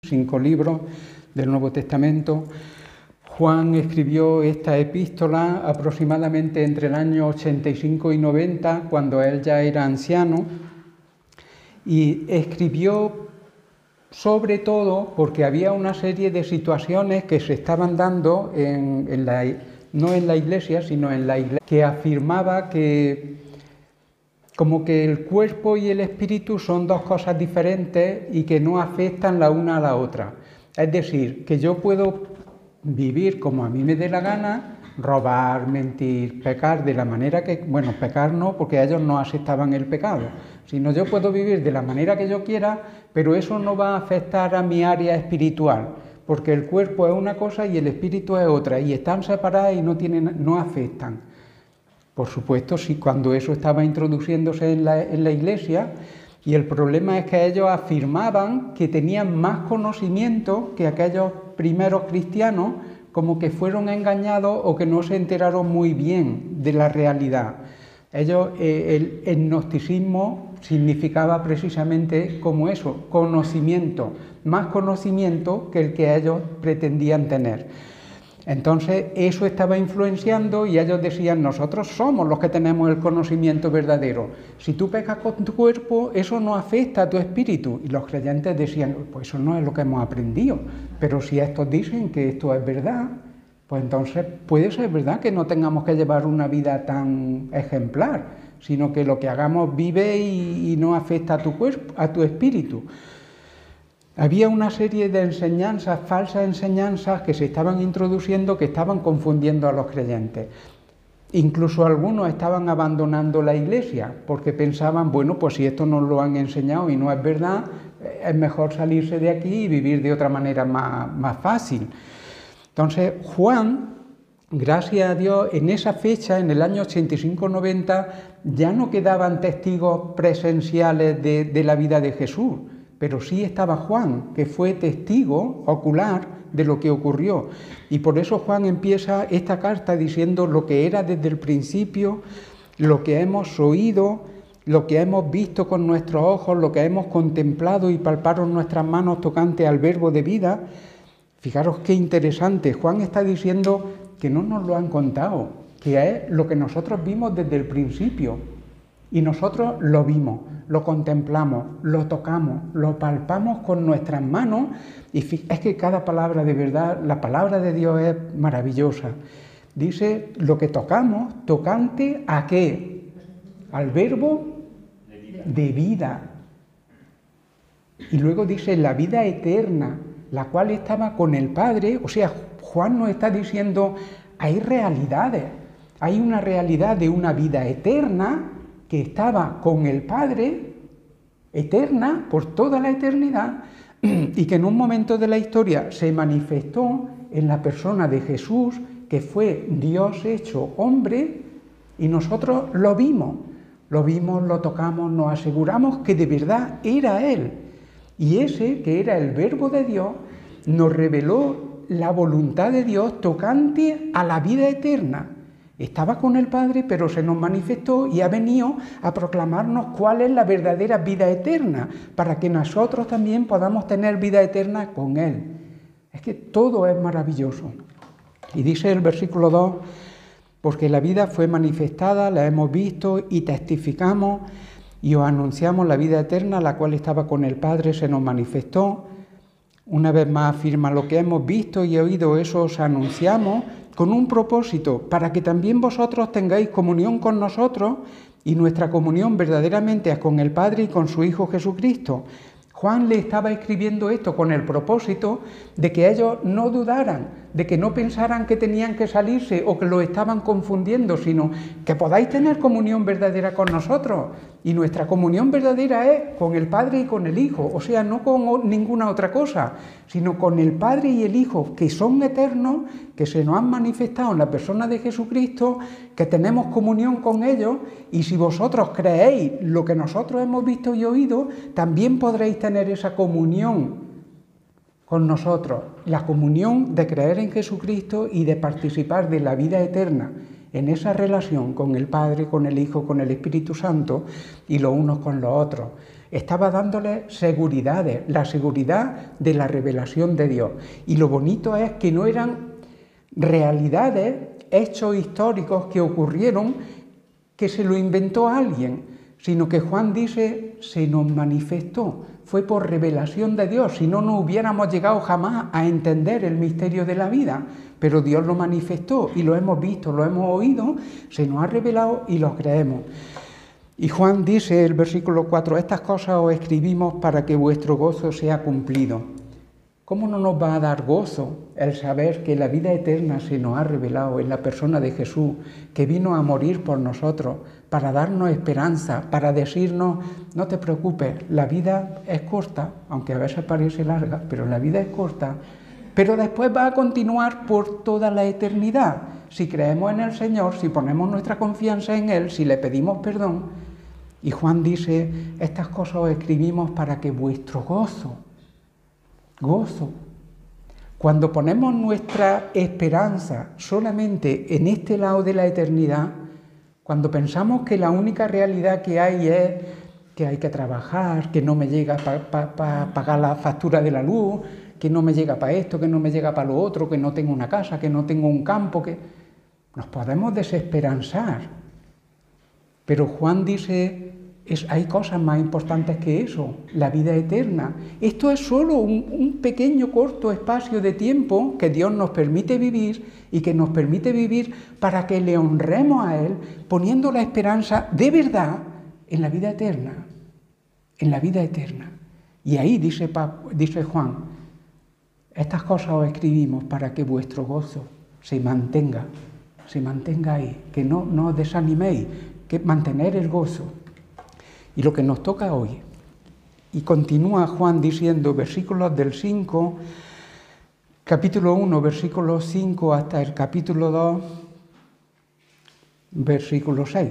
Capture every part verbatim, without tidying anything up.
cinco libros del Nuevo Testamento. Juan escribió esta epístola aproximadamente entre el año ochenta y cinco y noventa, cuando él ya era anciano, y escribió sobre todo porque había una serie de situaciones que se estaban dando, en, en la, no en la Iglesia, sino en la Iglesia, que afirmaba que como que el cuerpo y el espíritu son dos cosas diferentes y que no afectan la una a la otra. Es decir, que yo puedo vivir como a mí me dé la gana, robar, mentir, pecar de la manera que... Bueno, pecar no, porque ellos no aceptaban el pecado, sino yo puedo vivir de la manera que yo quiera, pero eso no va a afectar a mi área espiritual, porque el cuerpo es una cosa y el espíritu es otra, y están separadas y no, tienen, no afectan. Por supuesto, sí, cuando eso estaba introduciéndose en la, en la Iglesia, y el problema es que ellos afirmaban que tenían más conocimiento que aquellos primeros cristianos, como que fueron engañados o que no se enteraron muy bien de la realidad. Ellos, eh, el, el gnosticismo significaba precisamente como eso, conocimiento, más conocimiento que el que ellos pretendían tener. Entonces eso estaba influenciando y ellos decían, nosotros somos los que tenemos el conocimiento verdadero. Si tú pecas con tu cuerpo, eso no afecta a tu espíritu. Y los creyentes decían, pues eso no es lo que hemos aprendido. Pero si estos dicen que esto es verdad, pues entonces puede ser verdad que no tengamos que llevar una vida tan ejemplar, sino que lo que hagamos vive y, y no afecta a tu cuerpo, a tu espíritu. Había una serie de enseñanzas, falsas enseñanzas que se estaban introduciendo que estaban confundiendo a los creyentes. Incluso algunos estaban abandonando la Iglesia porque pensaban, bueno, pues si esto nos lo han enseñado y no es verdad, es mejor salirse de aquí y vivir de otra manera más, más fácil. Entonces, Juan, gracias a Dios, en esa fecha, en el año ochenta y cinco noventa, ya no quedaban testigos presenciales de, de la vida de Jesús. Pero sí estaba Juan, que fue testigo ocular de lo que ocurrió. Y por eso Juan empieza esta carta diciendo lo que era desde el principio, lo que hemos oído, lo que hemos visto con nuestros ojos, lo que hemos contemplado y palparon nuestras manos tocante al verbo de vida. Fijaros qué interesante, Juan está diciendo que no nos lo han contado, que es lo que nosotros vimos desde el principio. Y nosotros lo vimos, lo contemplamos, lo tocamos, lo palpamos con nuestras manos, y es que cada palabra de verdad, la palabra de Dios es maravillosa. Dice lo que tocamos, tocante ¿a qué? Al verbo de vida. Y luego dice la vida eterna, la cual estaba con el Padre. O sea, Juan nos está diciendo, hay realidades, hay una realidad de una vida eterna que estaba con el Padre, eterna, por toda la eternidad, y que en un momento de la historia se manifestó en la persona de Jesús, que fue Dios hecho hombre, y nosotros lo vimos, lo vimos, lo tocamos, nos aseguramos que de verdad era Él. Y ese, que era el Verbo de Dios, nos reveló la voluntad de Dios tocante a la vida eterna. Estaba con el Padre, pero se nos manifestó y ha venido a proclamarnos cuál es la verdadera vida eterna, para que nosotros también podamos tener vida eterna con Él. Es que todo es maravilloso. Y dice el versículo dos, porque la vida fue manifestada, la hemos visto y testificamos y os anunciamos la vida eterna, la cual estaba con el Padre, se nos manifestó. Una vez más afirma, lo que hemos visto y oído, eso os anunciamos, con un propósito, para que también vosotros tengáis comunión con nosotros, y nuestra comunión verdaderamente es con el Padre y con su Hijo Jesucristo. Juan le estaba escribiendo esto con el propósito de que ellos no dudaran, de que no pensaran que tenían que salirse o que lo estaban confundiendo, sino que podáis tener comunión verdadera con nosotros. Y nuestra comunión verdadera es con el Padre y con el Hijo, o sea, no con ninguna otra cosa, sino con el Padre y el Hijo, que son eternos, que se nos han manifestado en la persona de Jesucristo, que tenemos comunión con ellos, y si vosotros creéis lo que nosotros hemos visto y oído, también podréis tener esa comunión con nosotros, la comunión de creer en Jesucristo y de participar de la vida eterna en esa relación con el Padre, con el Hijo, con el Espíritu Santo y los unos con los otros. estaba dándole seguridades, la seguridad de la revelación de Dios. Y lo bonito es que no eran realidades, hechos históricos que ocurrieron, que se lo inventó alguien, sino que Juan dice, se nos manifestó, fue por revelación de Dios, si no, no hubiéramos llegado jamás a entender el misterio de la vida, pero Dios lo manifestó y lo hemos visto, lo hemos oído, se nos ha revelado y lo creemos. Y Juan dice, el versículo cuatro, estas cosas os escribimos para que vuestro gozo sea cumplido. ¿Cómo no nos va a dar gozo el saber que la vida eterna se nos ha revelado en la persona de Jesús, que vino a morir por nosotros, para darnos esperanza, para decirnos, no te preocupes, la vida es corta, aunque a veces parece larga, pero la vida es corta, pero después va a continuar por toda la eternidad. Si creemos en el Señor, si ponemos nuestra confianza en Él, si le pedimos perdón. Y Juan dice, estas cosas os escribimos para que vuestro gozo, gozo. Cuando ponemos nuestra esperanza solamente en este lado de la eternidad, cuando pensamos que la única realidad que hay es que hay que trabajar, que no me llega para pa, pa pagar la factura de la luz, que no me llega para esto, que no me llega para lo otro, que no tengo una casa, que no tengo un campo, que nos podemos desesperanzar. Pero Juan dice, es, hay cosas más importantes que eso, la vida eterna. Esto es solo un, un pequeño, corto espacio de tiempo que Dios nos permite vivir y que nos permite vivir para que le honremos a Él, poniendo la esperanza de verdad en la vida eterna, en la vida eterna. Y ahí dice, dice Juan, estas cosas os escribimos para que vuestro gozo se mantenga, se mantenga ahí, que no, no os desaniméis, que mantener el gozo. Y lo que nos toca hoy, y continúa Juan diciendo, versículos del cinco, capítulo uno, versículo cinco, hasta el capítulo dos, versículo seis.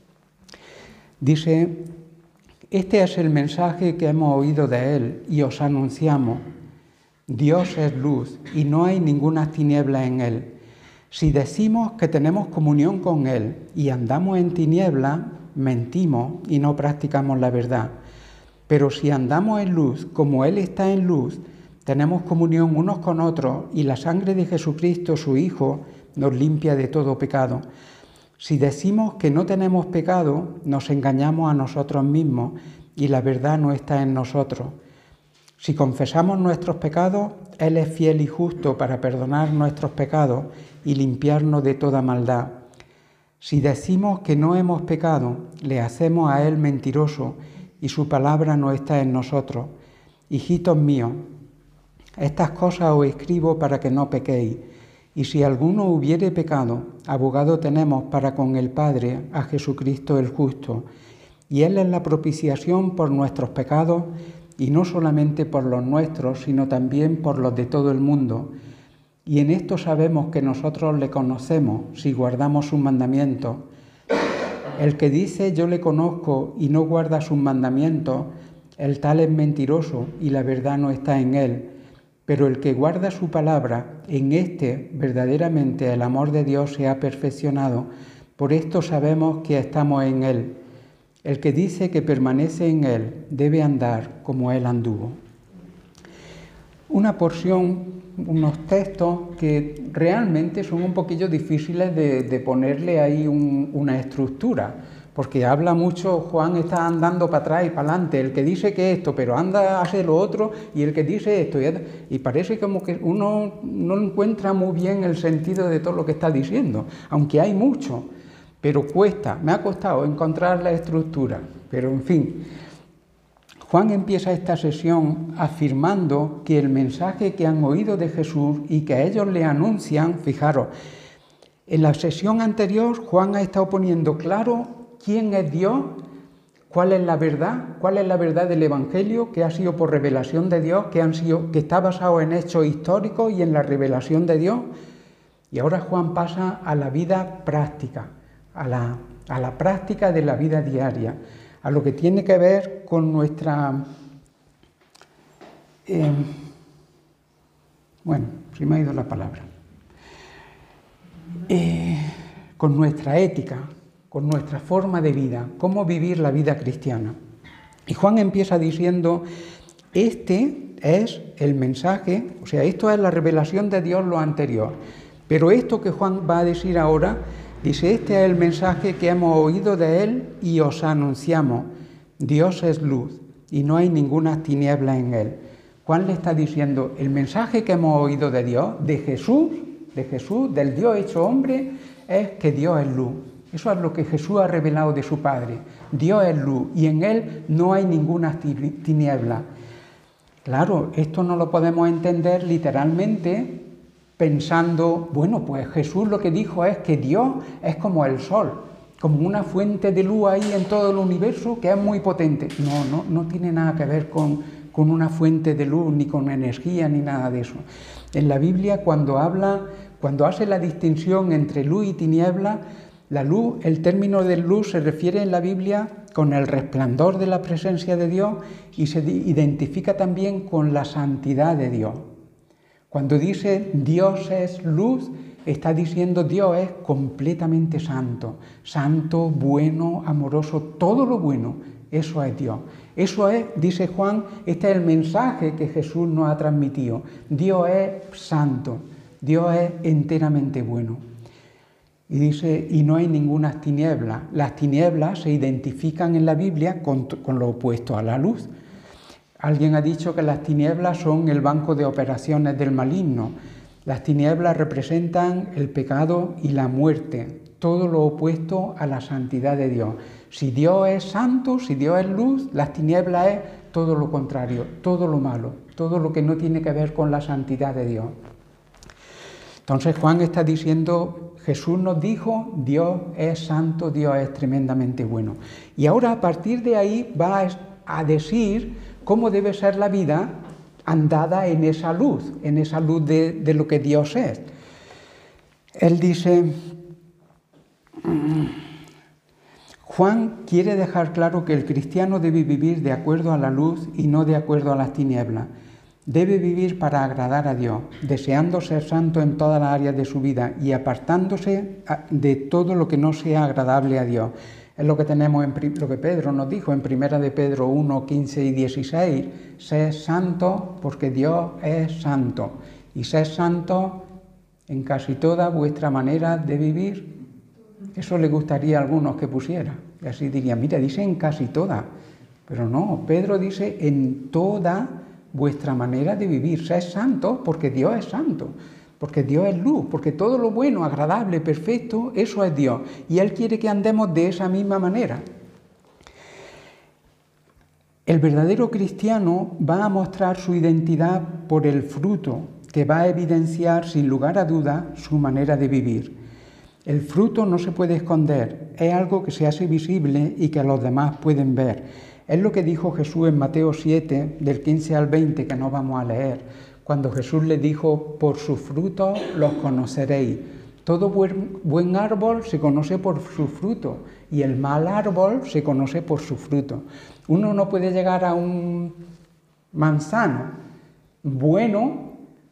Dice, este es el mensaje que hemos oído de Él y os anunciamos. Dios es luz y no hay ninguna tiniebla en Él. Si decimos que tenemos comunión con Él y andamos en tiniebla, mentimos y no practicamos la verdad. Pero si andamos en luz, como Él está en luz, tenemos comunión unos con otros y la sangre de Jesucristo, su Hijo, nos limpia de todo pecado. Si decimos que no tenemos pecado, nos engañamos a nosotros mismos y la verdad no está en nosotros. Si confesamos nuestros pecados, Él es fiel y justo para perdonar nuestros pecados y limpiarnos de toda maldad. Si decimos que no hemos pecado, le hacemos a Él mentiroso y su palabra no está en nosotros. Hijitos míos, estas cosas os escribo para que no pequéis. Y si alguno hubiere pecado, abogado tenemos para con el Padre a Jesucristo el justo. Y Él es la propiciación por nuestros pecados, y no solamente por los nuestros, sino también por los de todo el mundo. Y en esto sabemos que nosotros le conocemos, si guardamos sus mandamientos. El que dice yo le conozco y no guarda sus mandamientos, el tal es mentiroso y la verdad no está en él. Pero el que guarda su palabra, en éste verdaderamente el amor de Dios se ha perfeccionado. Por esto sabemos que estamos en él. El que dice que permanece en él debe andar como él anduvo. Una porción, unos textos que realmente son un poquillo difíciles de, de ponerle ahí un, una estructura, porque habla mucho, Juan está andando para atrás y para adelante, el que dice que esto, pero anda, hace lo otro, y el que dice esto, y, y parece como que uno no encuentra muy bien el sentido de todo lo que está diciendo, aunque hay mucho, pero cuesta, me ha costado encontrar la estructura, pero en fin. Juan empieza esta sesión afirmando que el mensaje que han oído de Jesús y que ellos le anuncian, fijaros, en la sesión anterior Juan ha estado poniendo claro quién es Dios, cuál es la verdad, cuál es la verdad del Evangelio, que ha sido por revelación de Dios, que, han sido, que está basado en hechos históricos y en la revelación de Dios. Y ahora Juan pasa a la vida práctica, a la, a la práctica de la vida diaria, a lo que tiene que ver con nuestra... Eh, bueno, se me ha ido la palabra. Eh, con nuestra ética, con nuestra forma de vida, cómo vivir la vida cristiana. Y Juan empieza diciendo, este es el mensaje, o sea, esto es la revelación de Dios lo anterior. Pero esto que Juan va a decir ahora, dice, este es el mensaje que hemos oído de él y os anunciamos. Dios es luz y no hay ninguna tiniebla en él. Juan le está diciendo, el mensaje que hemos oído de Dios, de Jesús, de Jesús, del Dios hecho hombre, es que Dios es luz. Eso es lo que Jesús ha revelado de su Padre. Dios es luz y en él no hay ninguna tiniebla. Claro, esto no lo podemos entender literalmente pensando, bueno, pues Jesús lo que dijo es que Dios es como el sol, como una fuente de luz ahí en todo el universo que es muy potente. No, no, no tiene nada que ver con, con una fuente de luz, ni con energía, ni nada de eso. En la Biblia, cuando habla, cuando hace la distinción entre luz y tiniebla, la luz, el término de luz se refiere en la Biblia con el resplandor de la presencia de Dios y se identifica también con la santidad de Dios. Cuando dice Dios es luz, está diciendo Dios es completamente santo, santo, bueno, amoroso, todo lo bueno, eso es Dios. Eso es, dice Juan, este es el mensaje que Jesús nos ha transmitido. Dios es santo, Dios es enteramente bueno. Y dice, y no hay ninguna tiniebla. Las tinieblas se identifican en la Biblia con, con lo opuesto a la luz. Alguien ha dicho que las tinieblas son el banco de operaciones del maligno. Las tinieblas representan el pecado y la muerte, todo lo opuesto a la santidad de Dios. Si Dios es santo, si Dios es luz, las tinieblas es todo lo contrario, todo lo malo, todo lo que no tiene que ver con la santidad de Dios. Entonces Juan está diciendo, Jesús nos dijo, Dios es santo, Dios es tremendamente bueno. Y ahora a partir de ahí va a decir cómo debe ser la vida andada en esa luz, en esa luz de, de lo que Dios es. Él dice, Juan quiere dejar claro que el cristiano debe vivir de acuerdo a la luz y no de acuerdo a las tinieblas. Debe vivir para agradar a Dios, deseando ser santo en todas las áreas de su vida y apartándose de todo lo que no sea agradable a Dios. Es lo que tenemos en lo que Pedro nos dijo en primera de Pedro uno, quince y dieciséis. Sed santo porque Dios es santo. Y sed santo en casi toda vuestra manera de vivir. Eso le gustaría a algunos que pusiera. Y así dirían, mira, dice en casi toda. Pero no, Pedro dice en toda vuestra manera de vivir. Sed santo porque Dios es santo. Porque Dios es luz, porque todo lo bueno, agradable, perfecto, eso es Dios. Y Él quiere que andemos de esa misma manera. El verdadero cristiano va a mostrar su identidad por el fruto, que va a evidenciar sin lugar a duda su manera de vivir. El fruto no se puede esconder, es algo que se hace visible y que los demás pueden ver. Es lo que dijo Jesús en Mateo siete, del quince al veinte, que no vamos a leer. Cuando Jesús le dijo, por sus frutos los conoceréis. Todo buen, buen árbol se conoce por su fruto y el mal árbol se conoce por su fruto. Uno no puede llegar a un manzano bueno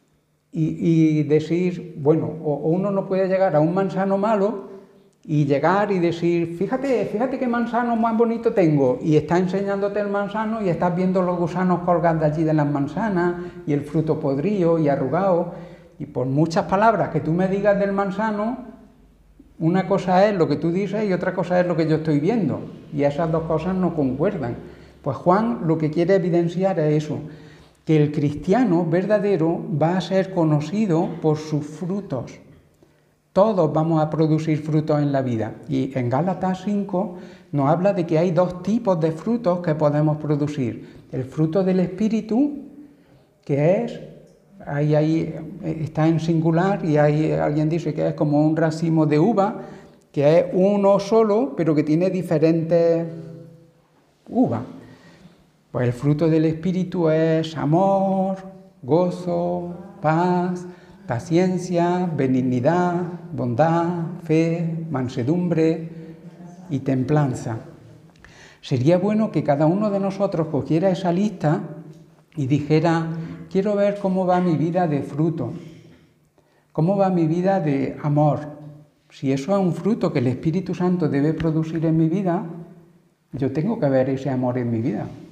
y, y decir, bueno, o, o uno no puede llegar a un manzano malo y llegar y decir, fíjate, fíjate qué manzano más bonito tengo, y está enseñándote el manzano y estás viendo los gusanos colgando allí de las manzanas y el fruto podrido y arrugado, y por muchas palabras que tú me digas del manzano, una cosa es lo que tú dices y otra cosa es lo que yo estoy viendo, y esas dos cosas no concuerdan. Pues Juan lo que quiere evidenciar es eso, que el cristiano verdadero va a ser conocido por sus frutos. Todos vamos a producir frutos en la vida. Y en Gálatas cinco nos habla de que hay dos tipos de frutos que podemos producir. El fruto del Espíritu, que es, ahí, ahí está en singular, y ahí alguien dice que es como un racimo de uva, que es uno solo, pero que tiene diferentes uvas. Pues el fruto del Espíritu es amor, gozo, paz, paciencia, benignidad, bondad, fe, mansedumbre y templanza. Sería bueno que cada uno de nosotros cogiera esa lista y dijera, quiero ver cómo va mi vida de fruto, cómo va mi vida de amor. Si eso es un fruto que el Espíritu Santo debe producir en mi vida, yo tengo que ver ese amor en mi vida.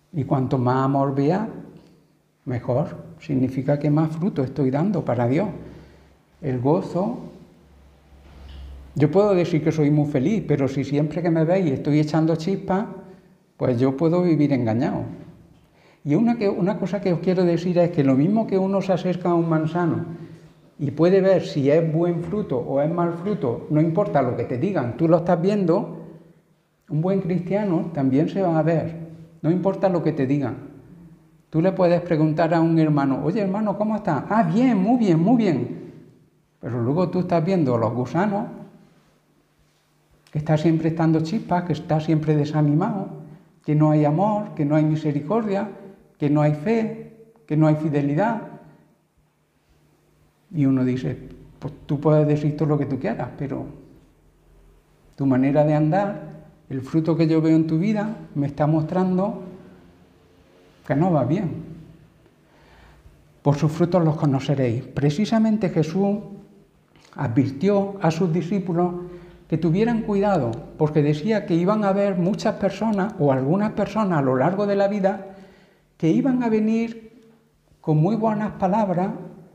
Y cuanto más amor vea, mejor. Significa que más fruto estoy dando para Dios. El gozo... Yo puedo decir que soy muy feliz, pero si siempre que me veis estoy echando chispas, pues yo puedo vivir engañado. Y una, que, una cosa que os quiero decir es que lo mismo que uno se acerca a un manzano y puede ver si es buen fruto o es mal fruto, no importa lo que te digan, tú lo estás viendo, un buen cristiano también se va a ver, no importa lo que te digan. Tú le puedes preguntar a un hermano, oye hermano, ¿cómo estás? Ah, bien, muy bien, muy bien. Pero luego tú estás viendo los gusanos, que está siempre estando chispas, que está siempre desanimado, que no hay amor, que no hay misericordia, que no hay fe, que no hay fidelidad. Y uno dice, pues tú puedes decir todo lo que tú quieras, pero tu manera de andar, el fruto que yo veo en tu vida, me está mostrando que no va bien. Por sus frutos los conoceréis. Precisamente Jesús advirtió a sus discípulos que tuvieran cuidado, porque decía que iban a haber muchas personas, o algunas personas a lo largo de la vida, que iban a venir con muy buenas palabras,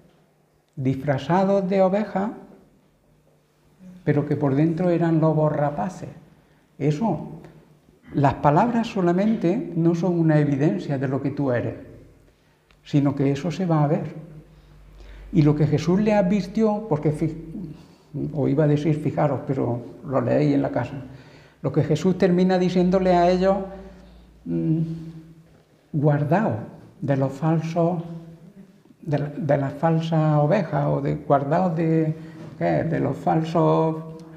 disfrazados de ovejas, pero que por dentro eran lobos rapaces. Eso, las palabras solamente no son una evidencia de lo que tú eres, sino que eso se va a ver. Y lo que Jesús le advirtió, porque o iba a decir fijaros, pero lo leéis en la casa, lo que Jesús termina diciéndole a ellos, mmm, guardaos de los falsos, de, de las falsas ovejas, o de guardaos de, ¿qué? de los falsos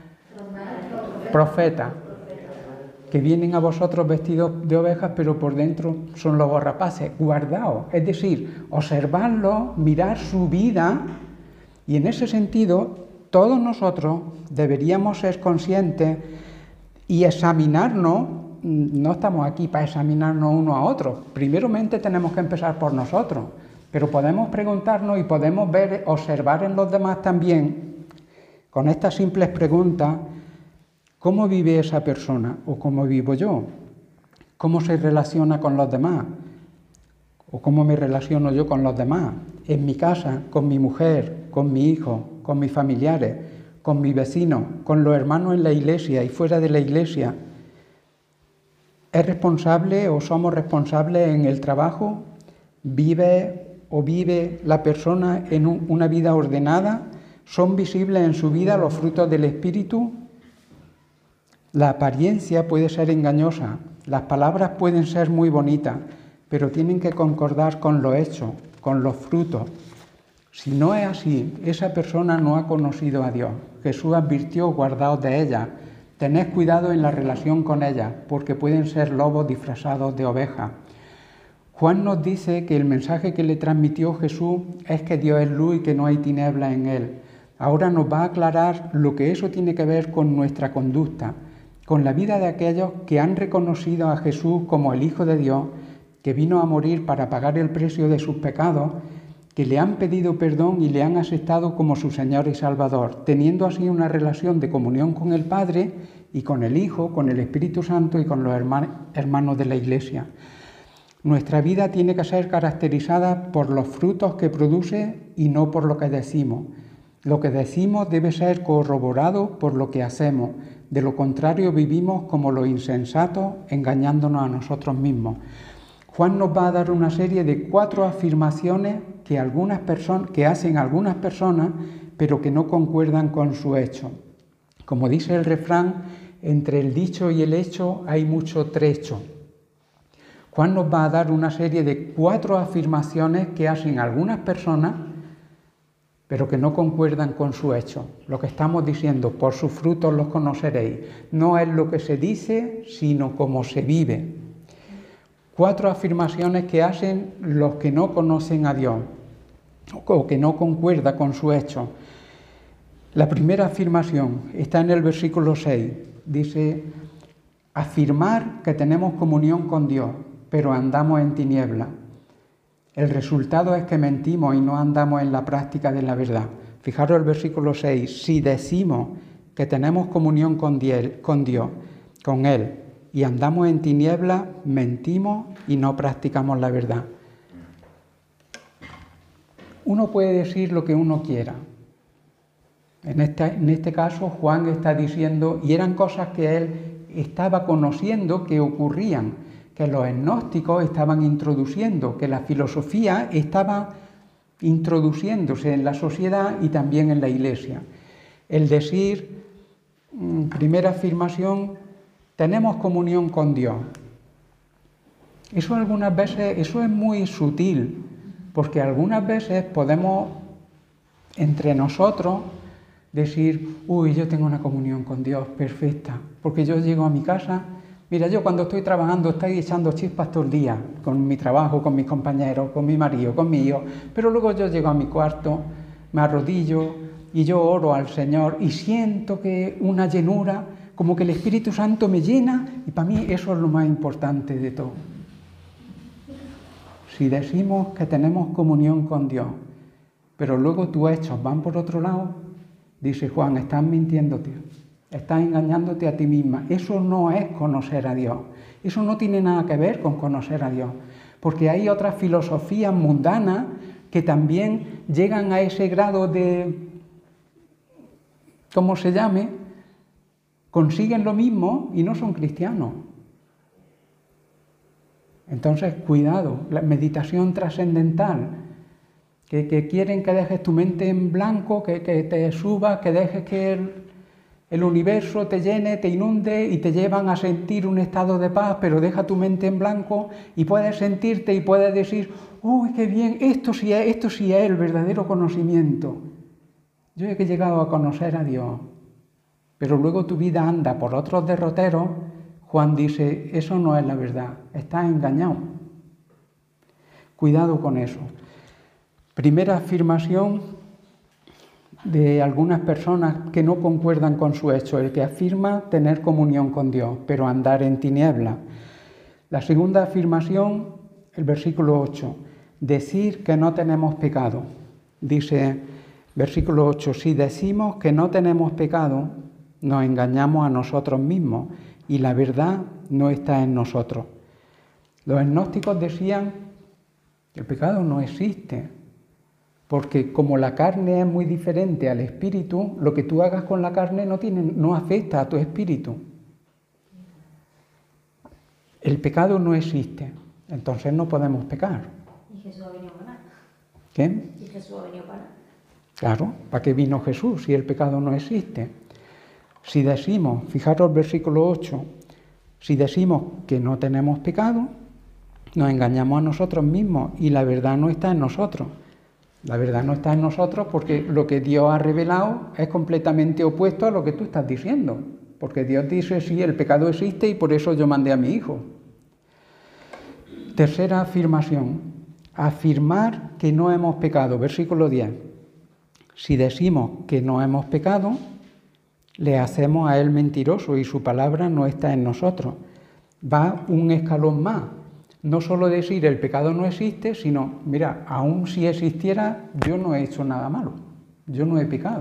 profetas, que vienen a vosotros vestidos de ovejas, pero por dentro son lobos rapaces. Guardaos, es decir, observarlos, mirar su vida, y en ese sentido todos nosotros deberíamos ser conscientes y examinarnos. No estamos aquí para examinarnos uno a otro. Primeramente tenemos que empezar por nosotros, pero podemos preguntarnos y podemos ver, observar en los demás también, con estas simples preguntas, ¿cómo vive esa persona? ¿O cómo vivo yo? ¿Cómo se relaciona con los demás? ¿O cómo me relaciono yo con los demás? En mi casa, con mi mujer, con mi hijo, con mis familiares, con mis vecinos, con los hermanos en la iglesia y fuera de la iglesia. ¿Es responsable o somos responsables en el trabajo? ¿Vive o vive la persona en un, una vida ordenada? ¿Son visibles en su vida los frutos del Espíritu? La apariencia puede ser engañosa, las palabras pueden ser muy bonitas, pero tienen que concordar con los hechos, con los frutos. Si no es así, esa persona no ha conocido a Dios. Jesús advirtió, guardaos de ella, tened cuidado en la relación con ella, porque pueden ser lobos disfrazados de ovejas. Juan nos dice que el mensaje que le transmitió Jesús es que Dios es luz y que no hay tinieblas en él. Ahora nos va a aclarar lo que eso tiene que ver con nuestra conducta, con la vida de aquellos que han reconocido a Jesús como el Hijo de Dios, que vino a morir para pagar el precio de sus pecados, que le han pedido perdón y le han aceptado como su Señor y Salvador, teniendo así una relación de comunión con el Padre y con el Hijo, con el Espíritu Santo y con los hermanos de la Iglesia. Nuestra vida tiene que ser caracterizada por los frutos que produce y no por lo que decimos. Lo que decimos debe ser corroborado por lo que hacemos. De lo contrario, vivimos como los insensatos, engañándonos a nosotros mismos. Juan nos va a dar una serie de cuatro afirmaciones que, algunas personas, que hacen algunas personas, pero que no concuerdan con su hecho. Como dice el refrán, entre el dicho y el hecho hay mucho trecho. Juan nos va a dar una serie de cuatro afirmaciones que hacen algunas personas, pero que no concuerdan con su hecho. Lo que estamos diciendo, por sus frutos los conoceréis. No es lo que se dice, sino cómo se vive. Cuatro afirmaciones que hacen los que no conocen a Dios o que no concuerda con su hecho. La primera afirmación está en el versículo seis. Dice, afirmar que tenemos comunión con Dios, pero andamos en tinieblas. El resultado es que mentimos y no andamos en la práctica de la verdad. Fijaros el versículo seis. Si decimos que tenemos comunión con Dios, con Él, y andamos en tinieblas, mentimos y no practicamos la verdad. Uno puede decir lo que uno quiera. En este, en este caso, Juan está diciendo, y eran cosas que él estaba conociendo que ocurrían, que los gnósticos estaban introduciendo, que la filosofía estaba introduciéndose en la sociedad y también en la Iglesia. El decir, primera afirmación, tenemos comunión con Dios. Eso algunas veces, eso es muy sutil, porque algunas veces podemos entre nosotros decir, uy, yo tengo una comunión con Dios perfecta, porque yo llego a mi casa, mira, yo cuando estoy trabajando estoy echando chispas todo el día, con mi trabajo, con mis compañeros, con mi marido, con mi hijo, pero luego yo llego a mi cuarto, me arrodillo y yo oro al Señor y siento que una llenura, como que el Espíritu Santo me llena, y para mí eso es lo más importante de todo. Si decimos que tenemos comunión con Dios, pero luego tus hechos van por otro lado, dice Juan, estás mintiéndote, estás engañándote a ti misma. Eso no es conocer a Dios. Eso no tiene nada que ver con conocer a Dios. Porque hay otras filosofías mundanas que también llegan a ese grado de, ¿cómo se llame? Consiguen lo mismo y no son cristianos. Entonces, cuidado, la meditación trascendental, que, que quieren que dejes tu mente en blanco, que, que te subas, que dejes que el, el universo te llene, te inunde y te llevan a sentir un estado de paz, pero deja tu mente en blanco y puedes sentirte y puedes decir, uy, qué bien, esto sí es, esto sí es el verdadero conocimiento. Yo he llegado a conocer a Dios, pero luego tu vida anda por otros derroteros. Juan dice, eso no es la verdad, estás engañado. Cuidado con eso. Primera afirmación de algunas personas que no concuerdan con su hecho, el que afirma tener comunión con Dios, pero andar en tinieblas. La segunda afirmación, el versículo ocho, decir que no tenemos pecado. Dice, versículo ocho, si decimos que no tenemos pecado, nos engañamos a nosotros mismos y la verdad no está en nosotros. Los gnósticos decían que el pecado no existe, porque como la carne es muy diferente al espíritu, lo que tú hagas con la carne no, tiene, no afecta a tu espíritu. El pecado no existe, entonces no podemos pecar. ¿Y Jesús ha venido para nada? ¿Qué? ¿Y Jesús ha venido para nada? Claro, ¿para qué vino Jesús si el pecado no existe? Si decimos, fijaros el versículo ocho, si decimos que no tenemos pecado, nos engañamos a nosotros mismos y la verdad no está en nosotros. La verdad no está en nosotros porque lo que Dios ha revelado es completamente opuesto a lo que tú estás diciendo. Porque Dios dice, sí, el pecado existe y por eso yo mandé a mi hijo. Tercera afirmación, afirmar que no hemos pecado. Versículo diez. Si decimos que no hemos pecado, le hacemos a él mentiroso y su palabra no está en nosotros. Va un escalón más. No solo decir el pecado no existe, sino, mira, aun si existiera, yo no he hecho nada malo, yo no he pecado.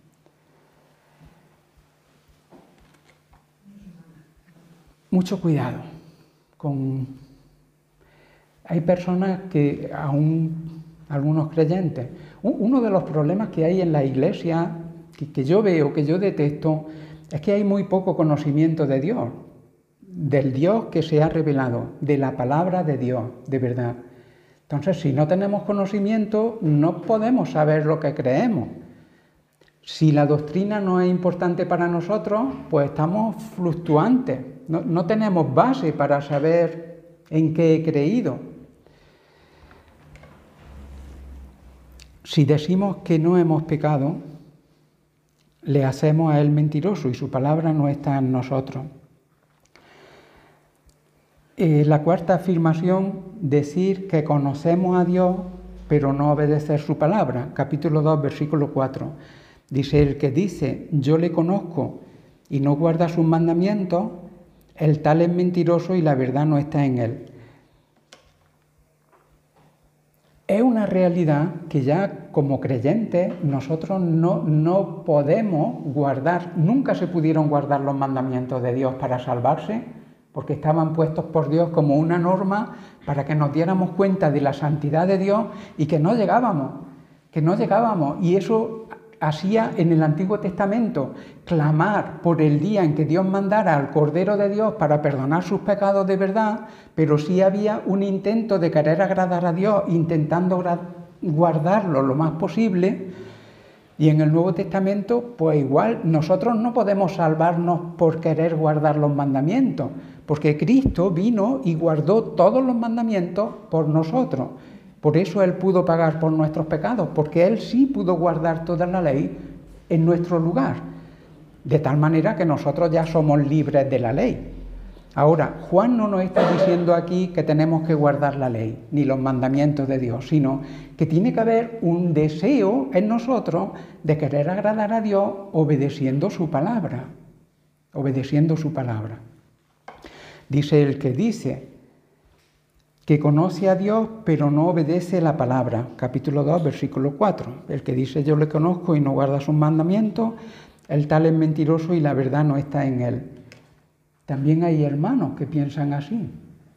Mucho cuidado con... Hay personas que, aún algunos creyentes, uno de los problemas que hay en la iglesia, que, que yo veo, que yo detesto, es que hay muy poco conocimiento de Dios. Del Dios que se ha revelado, de la palabra de Dios, de verdad. Entonces, si no tenemos conocimiento, no podemos saber lo que creemos. Si la doctrina no es importante para nosotros, pues estamos fluctuantes, no, no tenemos base para saber en qué he creído. Si decimos que no hemos pecado, le hacemos a él mentiroso y su palabra no está en nosotros. Eh, la cuarta afirmación, decir que conocemos a Dios, pero no obedecer su palabra. Capítulo dos, versículo cuatro. Dice, el que dice, yo le conozco y no guarda sus mandamientos, el tal es mentiroso y la verdad no está en él. Es una realidad que ya como creyentes nosotros no, no podemos guardar, nunca se pudieron guardar los mandamientos de Dios para salvarse. porque estaban puestos por Dios como una norma para que nos diéramos cuenta de la santidad de Dios y que no llegábamos, que no llegábamos. Y eso hacía en el Antiguo Testamento clamar por el día en que Dios mandara al Cordero de Dios para perdonar sus pecados de verdad, pero sí había un intento de querer agradar a Dios, intentando guardarlo lo más posible. Y en el Nuevo Testamento, pues igual, nosotros no podemos salvarnos por querer guardar los mandamientos, porque Cristo vino y guardó todos los mandamientos por nosotros. Por eso Él pudo pagar por nuestros pecados, porque Él sí pudo guardar toda la ley en nuestro lugar, de tal manera que nosotros ya somos libres de la ley. Ahora, Juan no nos está diciendo aquí que tenemos que guardar la ley, ni los mandamientos de Dios, sino que tiene que haber un deseo en nosotros de querer agradar a Dios obedeciendo su palabra, obedeciendo su palabra. Dice el que dice que conoce a Dios pero no obedece la palabra, capítulo dos, versículo cuatro. El que dice yo le conozco y no guarda sus mandamientos, el tal es mentiroso y la verdad no está en él. También hay hermanos que piensan así.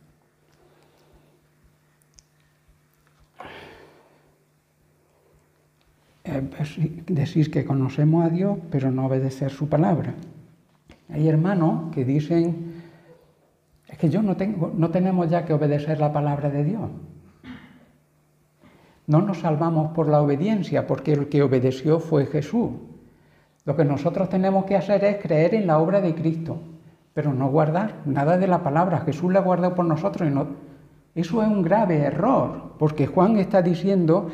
Decir que conocemos a Dios, pero no obedecer su palabra. Hay hermanos que dicen, es que yo no tengo, no tenemos ya que obedecer la palabra de Dios. No nos salvamos por la obediencia, porque el que obedeció fue Jesús. Lo que nosotros tenemos que hacer es creer en la obra de Cristo, pero no guardar nada de la palabra. Jesús la guardó por nosotros y no. Eso es un grave error, porque Juan está diciendo,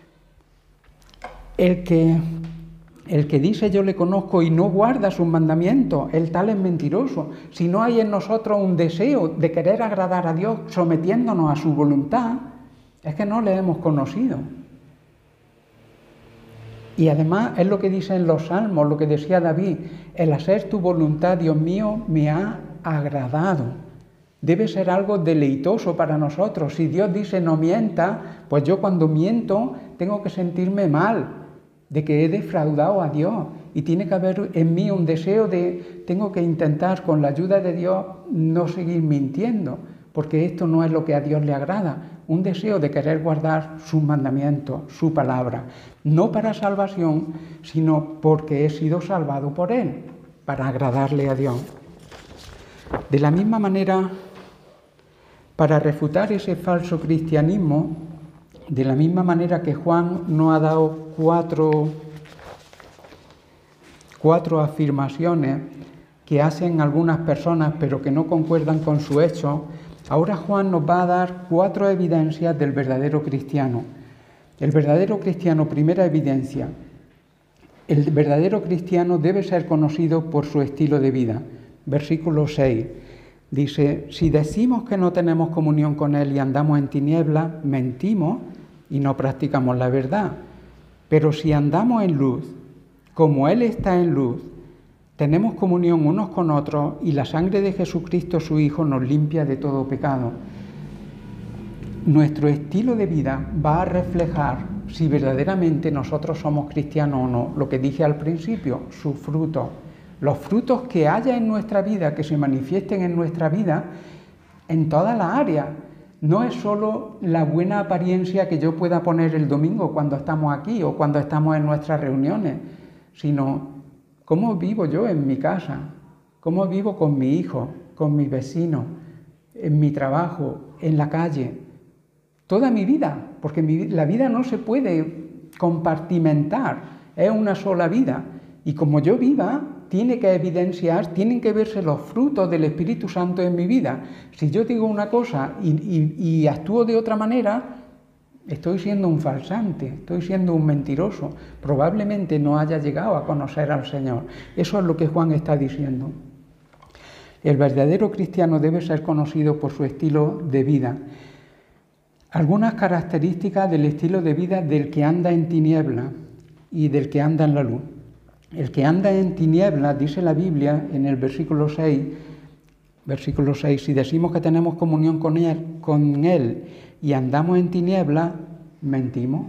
el que, el que dice yo le conozco y no guarda sus mandamientos, el tal es mentiroso. Si no hay en nosotros un deseo de querer agradar a Dios sometiéndonos a su voluntad, es que no le hemos conocido. Y además es lo que dice en los Salmos, lo que decía David, el hacer tu voluntad, Dios mío, me ha agradado. Debe ser algo deleitoso para nosotros. Si Dios dice no mienta, pues yo cuando miento tengo que sentirme mal de que he defraudado a Dios. Y tiene que haber en mí un deseo de, tengo que intentar con la ayuda de Dios no seguir mintiendo, porque esto no es lo que a Dios le agrada. Un deseo de querer guardar sus mandamientos, su palabra, no para salvación, sino porque he sido salvado por Él, para agradarle a Dios. De la misma manera, para refutar ese falso cristianismo, de la misma manera que Juan nos ha dado cuatro, cuatro afirmaciones que hacen algunas personas pero que no concuerdan con su hecho, ahora Juan nos va a dar cuatro evidencias del verdadero cristiano. El verdadero cristiano, primera evidencia, el verdadero cristiano debe ser conocido por su estilo de vida. Versículo seis, dice, si decimos que no tenemos comunión con Él y andamos en tinieblas, mentimos y no practicamos la verdad. Pero si andamos en luz, como Él está en luz, tenemos comunión unos con otros y la sangre de Jesucristo, su Hijo, nos limpia de todo pecado. Nuestro estilo de vida va a reflejar si verdaderamente nosotros somos cristianos o no. Lo que dije al principio, sus frutos. Los frutos que haya en nuestra vida, que se manifiesten en nuestra vida, en todas las áreas. No es solo la buena apariencia que yo pueda poner el domingo cuando estamos aquí o cuando estamos en nuestras reuniones, sino cómo vivo yo en mi casa, cómo vivo con mi hijo, con mis vecinos, en mi trabajo, en la calle, toda mi vida, porque mi, la vida no se puede compartimentar, es una sola vida, y como yo viva, tiene que evidenciar, tienen que verse los frutos del Espíritu Santo en mi vida. Si yo digo una cosa y, y, y actúo de otra manera, estoy siendo un falsante, estoy siendo un mentiroso. Probablemente no haya llegado a conocer al Señor. Eso es lo que Juan está diciendo. El verdadero cristiano debe ser conocido por su estilo de vida. Algunas características del estilo de vida del que anda en tiniebla y del que anda en la luz. El que anda en tinieblas, dice la Biblia en el versículo seis, versículo seis, si decimos que tenemos comunión con él, con él y andamos en tinieblas, mentimos.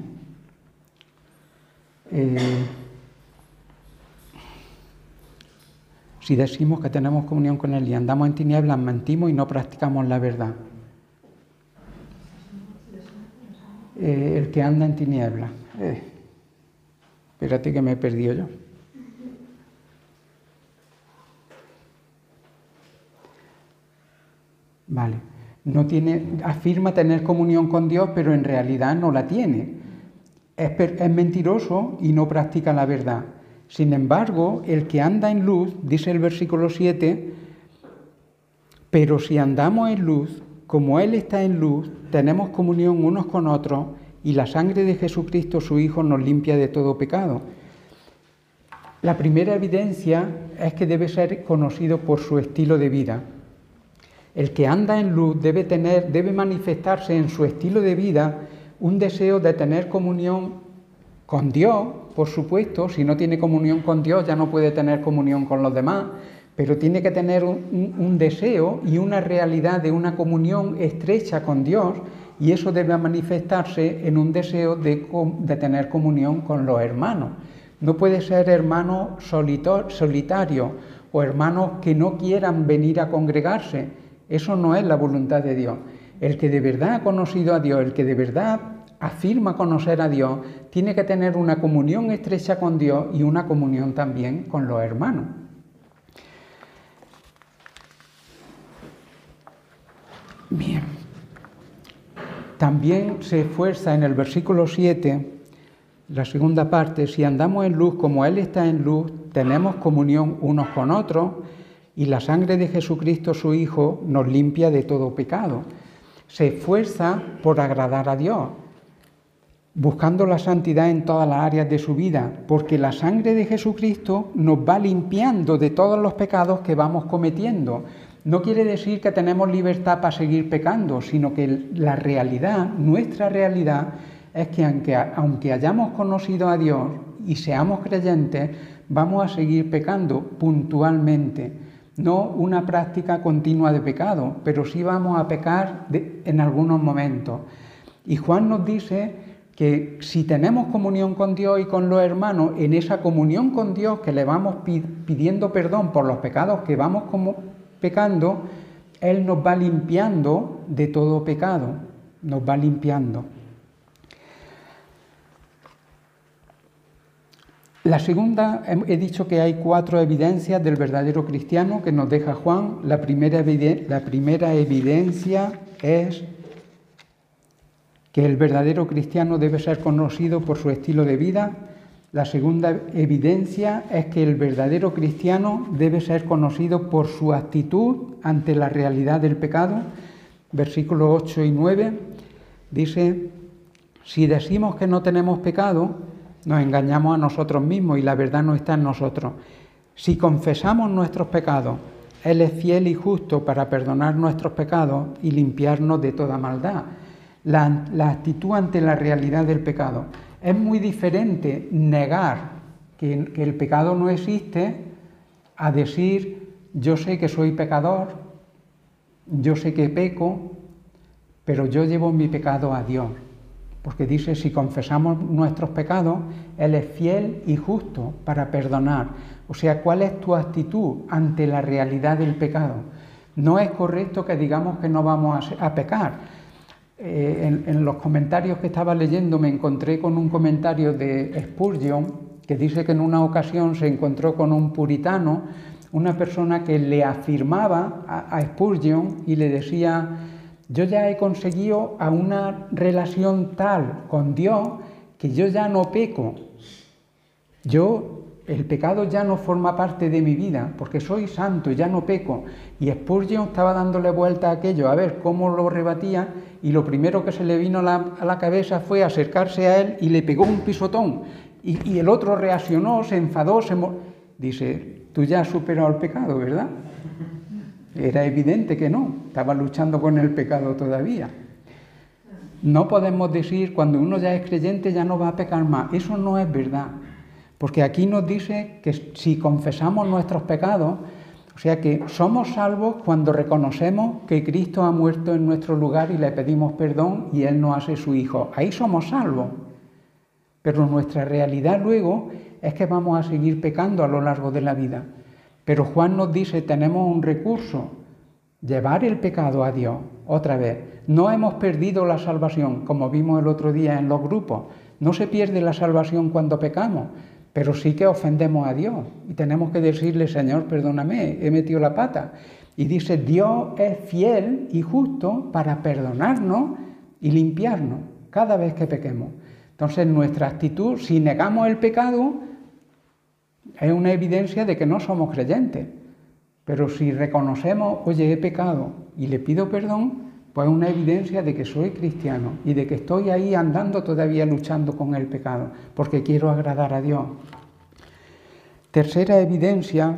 Eh, Si decimos que tenemos comunión con Él y andamos en tinieblas, mentimos y no practicamos la verdad. Eh, el que anda en tinieblas. Eh, espérate que me he perdido yo. Vale. No tiene, afirma tener comunión con Dios, pero en realidad no la tiene. Es, es mentiroso y no practica la verdad. Sin embargo, el que anda en luz, dice el versículo siete, pero si andamos en luz, como Él está en luz, tenemos comunión unos con otros y la sangre de Jesucristo, su Hijo, nos limpia de todo pecado. La primera evidencia es que debe ser conocido por su estilo de vida. El que anda en luz debe tener, debe manifestarse en su estilo de vida un deseo de tener comunión con Dios, por supuesto. Si no tiene comunión con Dios ya no puede tener comunión con los demás, pero tiene que tener un, un, un deseo y una realidad de una comunión estrecha con Dios, y eso debe manifestarse en un deseo de, de tener comunión con los hermanos. No puede ser hermano solito, solitario o hermanos que no quieran venir a congregarse. Eso no es la voluntad de Dios. El que de verdad ha conocido a Dios, el que de verdad afirma conocer a Dios, tiene que tener una comunión estrecha con Dios y una comunión también con los hermanos. Bien. También se esfuerza en el versículo siete, la segunda parte, si andamos en luz como Él está en luz, tenemos comunión unos con otros, y la sangre de Jesucristo, su Hijo, nos limpia de todo pecado. Se esfuerza por agradar a Dios, buscando la santidad en todas las áreas de su vida, porque la sangre de Jesucristo nos va limpiando de todos los pecados que vamos cometiendo. No quiere decir que tenemos libertad para seguir pecando, sino que la realidad, nuestra realidad, es que aunque, aunque hayamos conocido a Dios y seamos creyentes, vamos a seguir pecando puntualmente. No una práctica continua de pecado, pero sí vamos a pecar de, en algunos momentos. Y Juan nos dice que si tenemos comunión con Dios y con los hermanos, en esa comunión con Dios que le vamos pidiendo perdón por los pecados que vamos como pecando, Él nos va limpiando de todo pecado, nos va limpiando. La segunda, he dicho que hay cuatro evidencias del verdadero cristiano que nos deja Juan. La primera, la primera evidencia es que el verdadero cristiano debe ser conocido por su estilo de vida. La segunda evidencia es que el verdadero cristiano debe ser conocido por su actitud ante la realidad del pecado. Versículos ocho y nueve dice, si decimos que no tenemos pecado, nos engañamos a nosotros mismos y la verdad no está en nosotros. Si confesamos nuestros pecados, Él es fiel y justo para perdonar nuestros pecados y limpiarnos de toda maldad. La, la actitud ante la realidad del pecado. Es muy diferente negar que, que el pecado no existe a decir, yo sé que soy pecador, yo sé que peco, pero yo llevo mi pecado a Dios. Porque dice, si confesamos nuestros pecados, Él es fiel y justo para perdonar. O sea, ¿cuál es tu actitud ante la realidad del pecado? No es correcto que digamos que no vamos a, a pecar. Eh, en, en los comentarios que estaba leyendo me encontré con un comentario de Spurgeon, que dice que en una ocasión se encontró con un puritano, una persona que le afirmaba a, a Spurgeon y le decía, yo ya he conseguido a una relación tal con Dios que yo ya no peco. Yo, el pecado ya no forma parte de mi vida, porque soy santo, ya no peco. Y Spurgeon estaba dándole vuelta a aquello, a ver cómo lo rebatía, y lo primero que se le vino a la, a la cabeza fue acercarse a él y le pegó un pisotón. Y, y el otro reaccionó, se enfadó, se... Mo... Dice, tú ya has superado el pecado, ¿verdad? Era evidente que no, estaba luchando con el pecado todavía. No podemos decir, cuando uno ya es creyente ya no va a pecar más. Eso no es verdad, porque aquí nos dice que si confesamos nuestros pecados, o sea que somos salvos cuando reconocemos que Cristo ha muerto en nuestro lugar y le pedimos perdón y Él nos hace su Hijo. Ahí somos salvos. Pero nuestra realidad luego es que vamos a seguir pecando a lo largo de la vida. Pero Juan nos dice, tenemos un recurso, llevar el pecado a Dios, otra vez. No hemos perdido la salvación, como vimos el otro día en los grupos. No se pierde la salvación cuando pecamos, pero sí que ofendemos a Dios. Y tenemos que decirle, Señor, perdóname, he metido la pata. Y dice, Dios es fiel y justo para perdonarnos y limpiarnos cada vez que pequemos. Entonces, nuestra actitud, si negamos el pecado, es una evidencia de que no somos creyentes. Pero si reconocemos, oye, he pecado y le pido perdón, pues es una evidencia de que soy cristiano y de que estoy ahí andando todavía luchando con el pecado, porque quiero agradar a Dios. Tercera evidencia,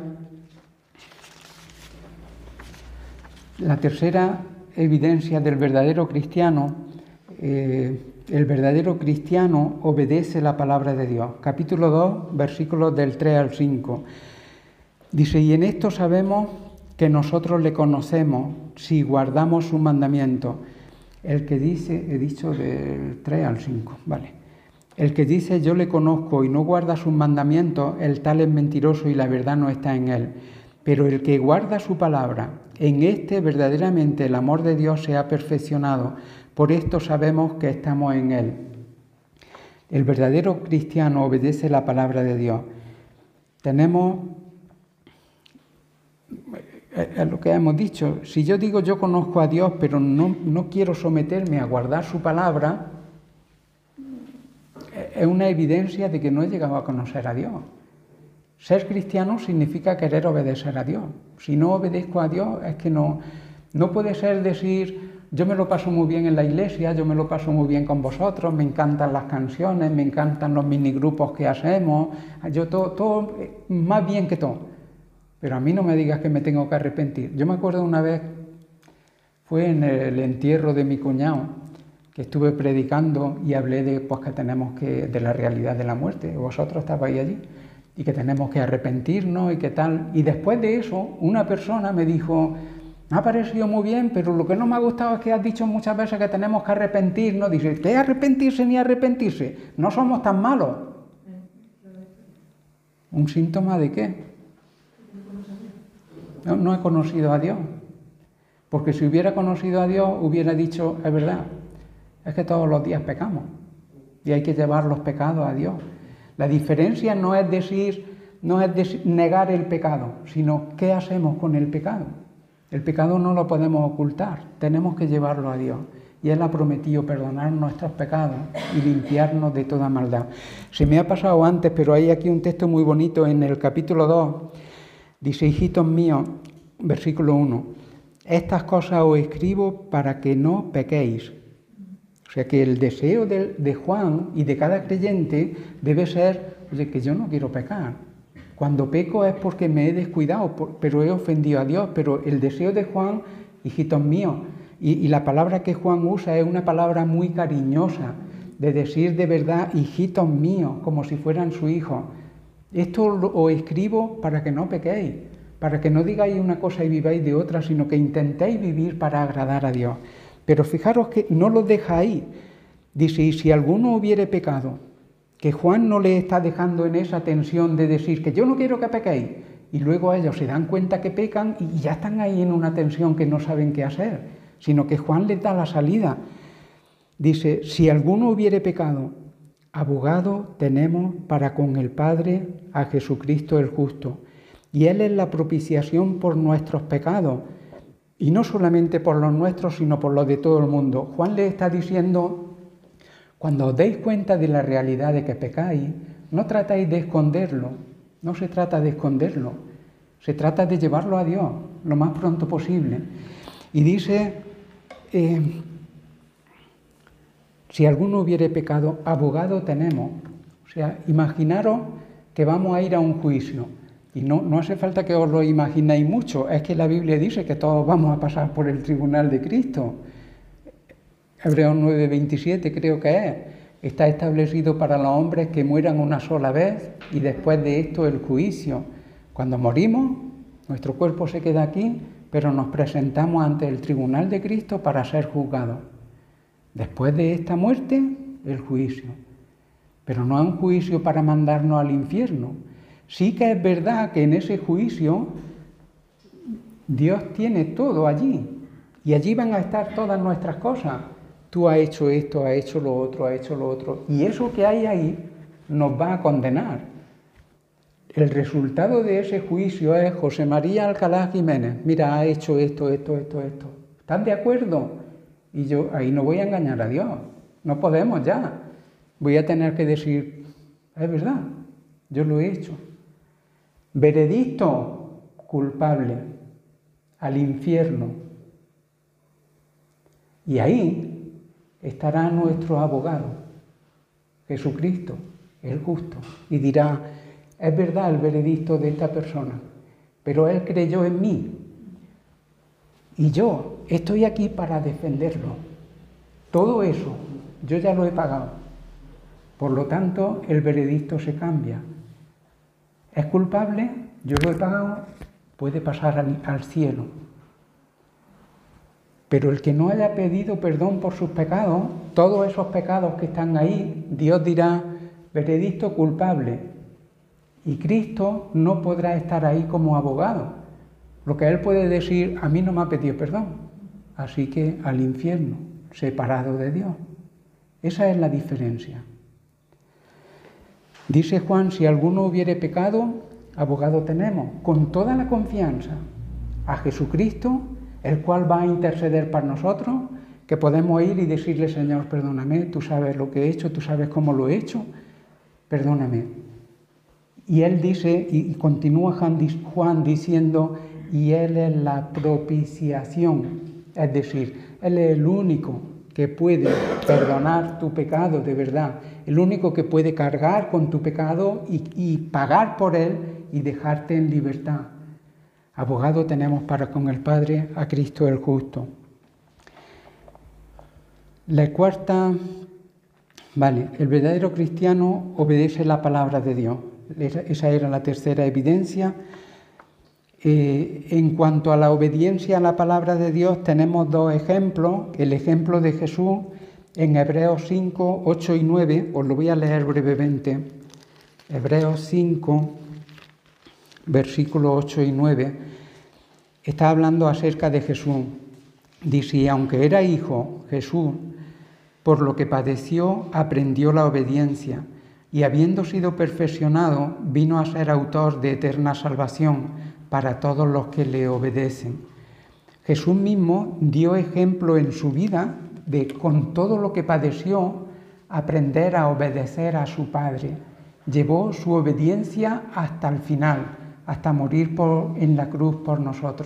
la tercera evidencia del verdadero cristiano, eh, el verdadero cristiano obedece la palabra de Dios. Capítulo dos, versículos del tres al cinco. Dice, y en esto sabemos que nosotros le conocemos si guardamos sus mandamientos. El que dice, he dicho del tres al cinco, vale. El que dice yo le conozco y no guarda sus mandamientos, el tal es mentiroso y la verdad no está en él. Pero el que guarda su palabra, en este verdaderamente el amor de Dios se ha perfeccionado. Por esto sabemos que estamos en él. El verdadero cristiano obedece la palabra de Dios. Tenemos, es lo que hemos dicho, si yo digo yo conozco a Dios, pero no, no quiero someterme a guardar su palabra, es una evidencia de que no he llegado a conocer a Dios. Ser cristiano significa querer obedecer a Dios. Si no obedezco a Dios, es que no, no puede ser decir, yo me lo paso muy bien en la iglesia, yo me lo paso muy bien con vosotros, me encantan las canciones, me encantan los minigrupos que hacemos, yo todo, todo más bien que todo. Pero a mí no me digas que me tengo que arrepentir. Yo me acuerdo una vez, fue en el entierro de mi cuñado, que estuve predicando y hablé de, pues, que tenemos que, de la realidad de la muerte. Vosotros estabais allí. Y que tenemos que arrepentirnos y que tal. Y después de eso, una persona me dijo, me ha parecido muy bien, pero lo que no me ha gustado es que has dicho muchas veces que tenemos que arrepentirnos. Dice, ¿qué arrepentirse ni arrepentirse? No somos tan malos. ¿Un síntoma de qué? No, no he conocido a Dios. Porque si hubiera conocido a Dios, hubiera dicho, es verdad, es que todos los días pecamos. Y hay que llevar los pecados a Dios. La diferencia no es decir, no es decir, negar el pecado, sino qué hacemos con el pecado. El pecado no lo podemos ocultar, tenemos que llevarlo a Dios. Y Él ha prometido perdonar nuestros pecados y limpiarnos de toda maldad. Se me ha pasado antes, pero hay aquí un texto muy bonito en el capítulo dos. Dice, hijitos míos, versículo uno, estas cosas os escribo para que no pequéis. O sea que el deseo de, de Juan y de cada creyente debe ser, oye, que yo no quiero pecar. Cuando peco es porque me he descuidado, por, pero he ofendido a Dios. Pero el deseo de Juan, hijitos míos, y, y la palabra que Juan usa es una palabra muy cariñosa, de decir de verdad, hijitos míos, como si fueran su hijo. Esto lo, os escribo para que no pequéis, para que no digáis una cosa y viváis de otra, sino que intentéis vivir para agradar a Dios. Pero fijaros que no lo deja ahí. Dice, y si alguno hubiere pecado, que Juan no le está dejando en esa tensión de decir que yo no quiero que pequéis, y luego ellos se dan cuenta que pecan y ya están ahí en una tensión que no saben qué hacer, sino que Juan les da la salida. Dice, si alguno hubiere pecado, abogado tenemos para con el Padre a Jesucristo el justo, y Él es la propiciación por nuestros pecados, y no solamente por los nuestros, sino por los de todo el mundo. Juan le está diciendo, cuando os deis cuenta de la realidad de que pecáis, no tratáis de esconderlo, no se trata de esconderlo, se trata de llevarlo a Dios lo más pronto posible. Y dice, eh, si alguno hubiere pecado, abogado tenemos. O sea, imaginaros que vamos a ir a un juicio. Y no, no hace falta que os lo imaginéis mucho, es que la Biblia dice que todos vamos a pasar por el tribunal de Cristo. Hebreos nueve veintisiete creo que es. Está establecido para los hombres que mueran una sola vez y después de esto el juicio. Cuando morimos, nuestro cuerpo se queda aquí, pero nos presentamos ante el tribunal de Cristo para ser juzgados. Después de esta muerte, el juicio. Pero no es un juicio para mandarnos al infierno, Sí que es verdad que en ese juicio Dios tiene todo allí, y allí van a estar todas nuestras cosas. Tú has hecho esto, has hecho lo otro, has hecho lo otro, y eso que hay ahí nos va a condenar. El resultado de ese juicio es José María Alcalá Jiménez, mira, ha hecho esto, esto, esto, esto. ¿Estás de acuerdo? Y yo ahí no voy a engañar a Dios, no podemos ya. Voy a tener que decir, es verdad, yo lo he hecho. Veredicto, culpable, al infierno. Y ahí estará nuestro abogado, Jesucristo, el justo, y dirá, es verdad el veredicto de esta persona, pero él creyó en mí, y yo estoy aquí para defenderlo. Todo eso yo ya lo he pagado, por lo tanto el veredicto se cambia. ¿Es culpable? Yo lo he pagado, puede pasar al, al cielo. Pero el que no haya pedido perdón por sus pecados, todos esos pecados que están ahí, Dios dirá, veredicto culpable. Y Cristo no podrá estar ahí como abogado. Lo que Él puede decir, a mí no me ha pedido perdón, así que al infierno, separado de Dios. Esa es la diferencia. Dice Juan, si alguno hubiere pecado, abogado tenemos, con toda la confianza, a Jesucristo, el cual va a interceder para nosotros, que podemos ir y decirle, Señor, perdóname, tú sabes lo que he hecho, tú sabes cómo lo he hecho, perdóname. Y Él dice, y continúa Juan diciendo, y Él es la propiciación, es decir, Él es el único que puede perdonar tu pecado de verdad, el único que puede cargar con tu pecado y, y pagar por él y dejarte en libertad. Abogado tenemos para con el Padre a Cristo el justo. La cuarta, vale, el verdadero cristiano obedece la palabra de Dios. Esa era la tercera evidencia. Eh, en cuanto a la obediencia a la palabra de Dios, tenemos dos ejemplos. El ejemplo de Jesús en Hebreos cinco, ocho y nueve, os lo voy a leer brevemente. Hebreos cinco, versículos ocho y nueve, está hablando acerca de Jesús. Dice, y aunque era hijo, Jesús, por lo que padeció, aprendió la obediencia, y habiendo sido perfeccionado, vino a ser autor de eterna salvación para todos los que le obedecen. Jesús mismo dio ejemplo en su vida de, con todo lo que padeció, aprender a obedecer a su Padre. Llevó su obediencia hasta el final, hasta morir por, en la cruz por nosotros.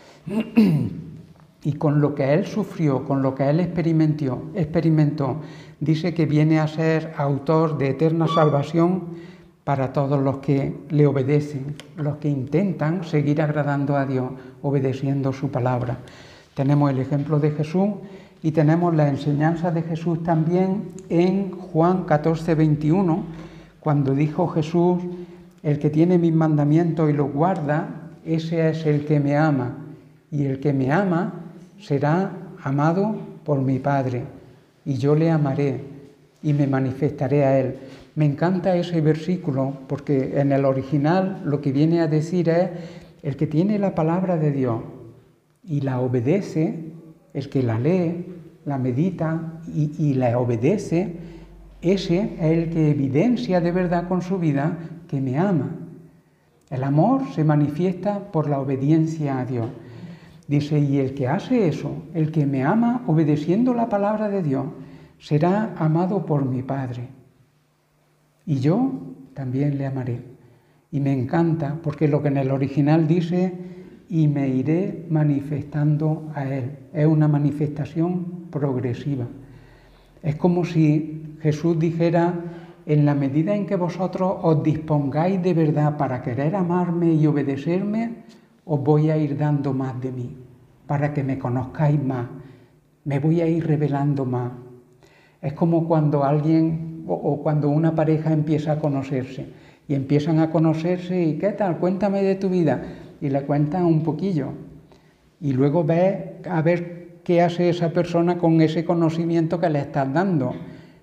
Y con lo que Él sufrió, con lo que Él experimentó, experimentó, dice que viene a ser autor de eterna salvación para todos los que le obedecen, los que intentan seguir agradando a Dios, obedeciendo su palabra. Tenemos el ejemplo de Jesús y tenemos la enseñanza de Jesús también en Juan catorce, veintiuno, cuando dijo Jesús, el que tiene mis mandamientos y los guarda, ese es el que me ama, y el que me ama será amado por mi Padre, y yo le amaré y me manifestaré a él. Me encanta ese versículo porque en el original lo que viene a decir es el que tiene la palabra de Dios y la obedece, el que la lee, la medita y, y la obedece, ese es el que evidencia de verdad con su vida que me ama. El amor se manifiesta por la obediencia a Dios. Dice, y el que hace eso, el que me ama obedeciendo la palabra de Dios, será amado por mi Padre. Y yo también le amaré. Y me encanta porque lo que en el original dice, y me iré manifestando a Él. Es una manifestación progresiva. Es como si Jesús dijera, en la medida en que vosotros os dispongáis de verdad para querer amarme y obedecerme, os voy a ir dando más de mí, para que me conozcáis más. Me voy a ir revelando más. Es como cuando alguien o, o cuando una pareja empieza a conocerse y empiezan a conocerse y ¿qué tal? Cuéntame de tu vida. Y le cuentan un poquillo. Y luego ves a ver qué hace esa persona con ese conocimiento que le estás dando.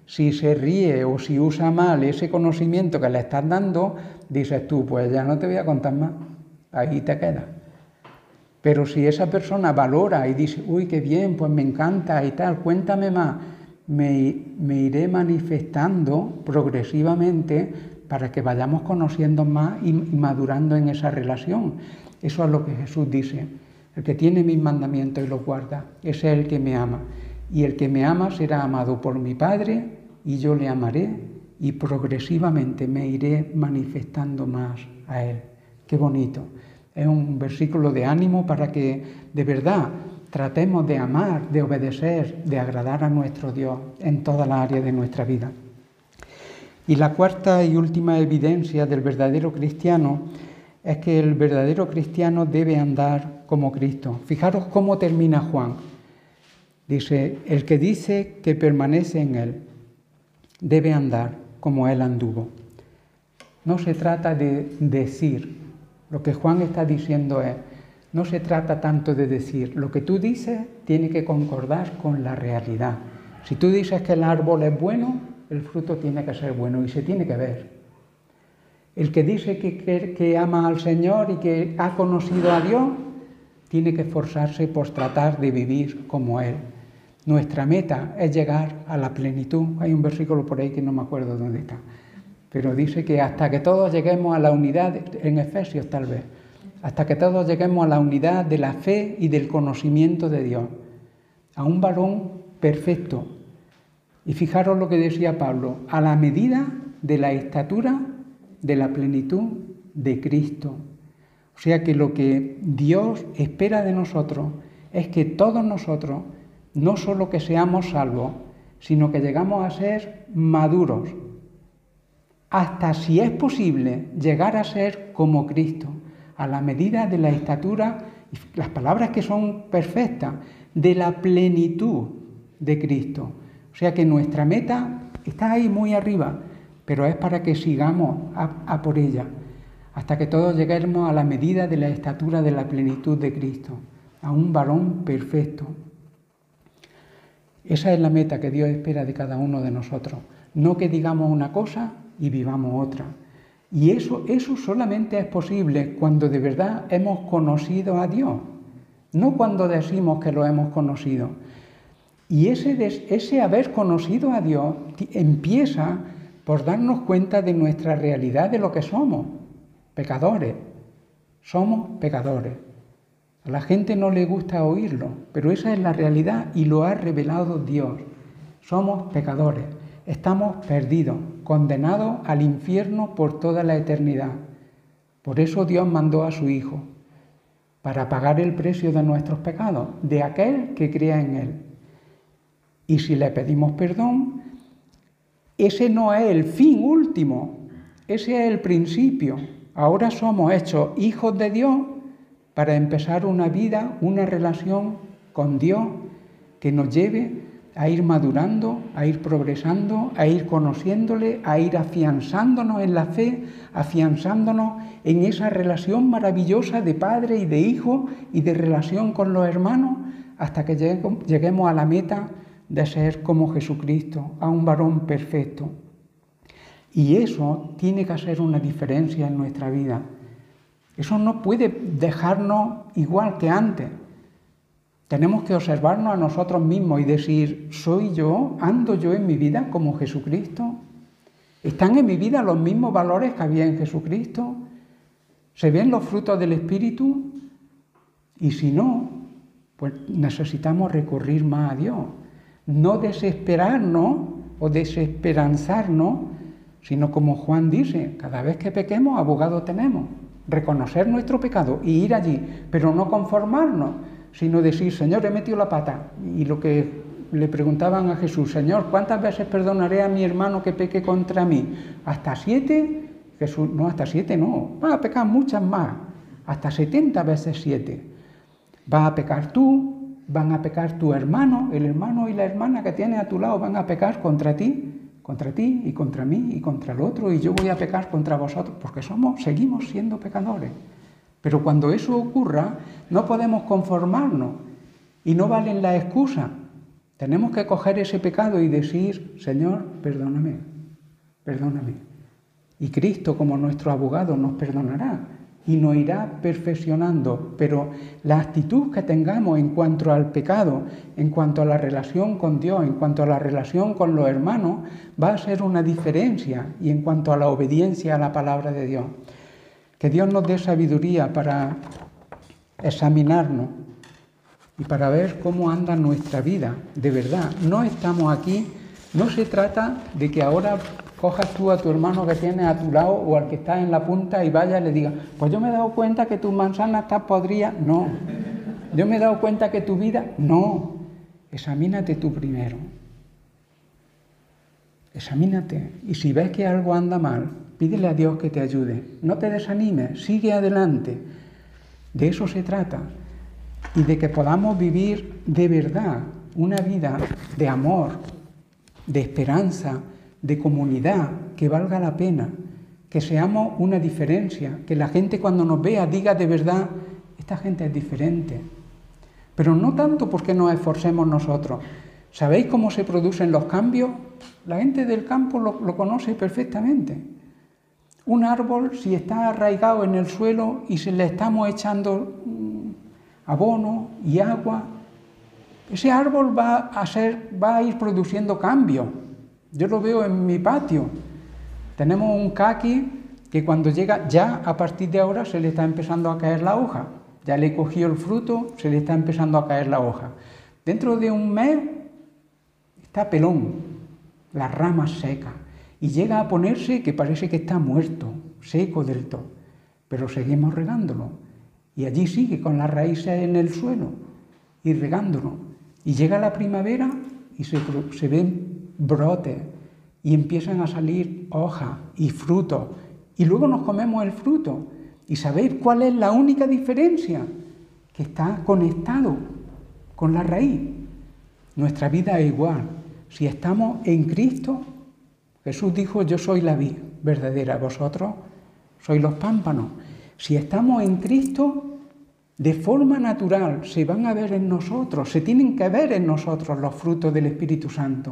Si se ríe o si usa mal ese conocimiento que le estás dando, dices tú, pues ya no te voy a contar más, ahí te quedas. Pero si esa persona valora y dice, uy, qué bien, pues me encanta y tal, cuéntame más, me, me iré manifestando progresivamente para que vayamos conociendo más y, y madurando en esa relación. Eso es lo que Jesús dice. El que tiene mis mandamientos y los guarda, ese es el que me ama. Y el que me ama será amado por mi Padre, y yo le amaré, y progresivamente me iré manifestando más a Él. Qué bonito. Es un versículo de ánimo para que, de verdad, tratemos de amar, de obedecer, de agradar a nuestro Dios en todas las áreas de nuestra vida. Y la cuarta y última evidencia del verdadero cristiano es que el verdadero cristiano debe andar como Cristo. Fijaros cómo termina Juan. Dice, el que dice que permanece en Él debe andar como Él anduvo. No se trata de decir. Lo que Juan está diciendo es, no se trata tanto de decir. Lo que tú dices tiene que concordar con la realidad. Si tú dices que el árbol es bueno, el fruto tiene que ser bueno y se tiene que ver. El que dice que, que, que ama al Señor y que ha conocido a Dios, tiene que esforzarse por tratar de vivir como Él. Nuestra meta es llegar a la plenitud. Hay un versículo por ahí que no me acuerdo dónde está, pero dice que hasta que todos lleguemos a la unidad, en Efesios tal vez, hasta que todos lleguemos a la unidad de la fe y del conocimiento de Dios, a un varón perfecto. Y fijaros lo que decía Pablo, a la medida de la estatura de la plenitud de Cristo. O sea que lo que Dios espera de nosotros es que todos nosotros, no solo que seamos salvos, sino que llegamos a ser maduros, hasta si es posible llegar a ser como Cristo, a la medida de la estatura, las palabras que son perfectas, de la plenitud de Cristo. O sea que nuestra meta está ahí muy arriba, pero es para que sigamos a, a por ella, hasta que todos lleguemos a la medida de la estatura de la plenitud de Cristo, a un varón perfecto. Esa es la meta que Dios espera de cada uno de nosotros, no que digamos una cosa y vivamos otra. Y eso, eso solamente es posible cuando de verdad hemos conocido a Dios, no cuando decimos que lo hemos conocido. Y ese, ese haber conocido a Dios empieza por darnos cuenta de nuestra realidad, de lo que somos, pecadores. Somos pecadores. A la gente no le gusta oírlo, pero esa es la realidad y lo ha revelado Dios. Somos pecadores. Estamos perdidos, condenados al infierno por toda la eternidad. Por eso Dios mandó a su Hijo, para pagar el precio de nuestros pecados, de aquel que crea en Él. Y si le pedimos perdón, ese no es el fin último, ese es el principio. Ahora somos hechos hijos de Dios para empezar una vida, una relación con Dios que nos lleve a ir madurando, a ir progresando, a ir conociéndole, a ir afianzándonos en la fe, afianzándonos en esa relación maravillosa de padre y de hijo y de relación con los hermanos, hasta que lleguemos a la meta de ser como Jesucristo, a un varón perfecto. Y eso tiene que hacer una diferencia en nuestra vida. Eso no puede dejarnos igual que antes. Tenemos que observarnos a nosotros mismos y decir, ¿soy yo? ¿Ando yo en mi vida como Jesucristo? ¿Están en mi vida los mismos valores que había en Jesucristo? ¿Se ven los frutos del Espíritu? Y si no, pues necesitamos recurrir más a Dios. No desesperarnos o desesperanzarnos, sino como Juan dice, cada vez que pequemos, abogado tenemos. Reconocer nuestro pecado y ir allí, pero no conformarnos, sino decir, Señor, he metido la pata. Y lo que le preguntaban a Jesús, Señor, ¿cuántas veces perdonaré a mi hermano que peque contra mí? ¿Hasta siete? Jesús, no, hasta siete no, vas a pecar muchas más, hasta setenta veces siete. Vas a pecar tú, van a pecar tu hermano, el hermano y la hermana que tienes a tu lado van a pecar contra ti, contra ti y contra mí y contra el otro, y yo voy a pecar contra vosotros, porque somos, seguimos siendo pecadores. Pero cuando eso ocurra, no podemos conformarnos y no valen las excusas. Tenemos que coger ese pecado y decir, Señor, perdóname, perdóname. Y Cristo, como nuestro abogado, nos perdonará y nos irá perfeccionando. Pero la actitud que tengamos en cuanto al pecado, en cuanto a la relación con Dios, en cuanto a la relación con los hermanos, va a ser una diferencia. Y en cuanto a la obediencia a la palabra de Dios. Que Dios nos dé sabiduría para examinarnos y para ver cómo anda nuestra vida, de verdad. No estamos aquí, no se trata de que ahora cojas tú a tu hermano que tienes a tu lado o al que está en la punta y vayas y le digas, pues yo me he dado cuenta que tu manzana está podrida. No, yo me he dado cuenta que tu vida, no. Examínate tú primero. Examínate. Y si ves que algo anda mal, pídele a Dios que te ayude. No te desanimes, sigue adelante. De eso se trata. Y de que podamos vivir de verdad una vida de amor, de esperanza, de comunidad, que valga la pena, que seamos una diferencia, que la gente cuando nos vea diga de verdad, esta gente es diferente. Pero no tanto porque nos esforcemos nosotros. ¿Sabéis cómo se producen los cambios? La gente del campo lo, lo conoce perfectamente. Un árbol, si está arraigado en el suelo y se le estamos echando abono y agua, ese árbol va a, ser, va a ir produciendo cambios. Yo lo veo en mi patio. Tenemos un caqui que cuando llega, ya a partir de ahora se le está empezando a caer la hoja. Ya le cogió el fruto, se le está empezando a caer la hoja. Dentro de un mes está pelón, las ramas secas. Y llega a ponerse que parece que está muerto, seco del todo. Pero seguimos regándolo. Y allí sigue con las raíces en el suelo y regándolo. Y llega la primavera y se, se ven brotes y empiezan a salir hojas y frutos. Y luego nos comemos el fruto. ¿Y sabéis cuál es la única diferencia? Que está conectado con la raíz. Nuestra vida es igual. Si estamos en Cristo, Jesús dijo, yo soy la vid verdadera, vosotros sois los pámpanos. Si estamos en Cristo, de forma natural se van a ver en nosotros, se tienen que ver en nosotros los frutos del Espíritu Santo.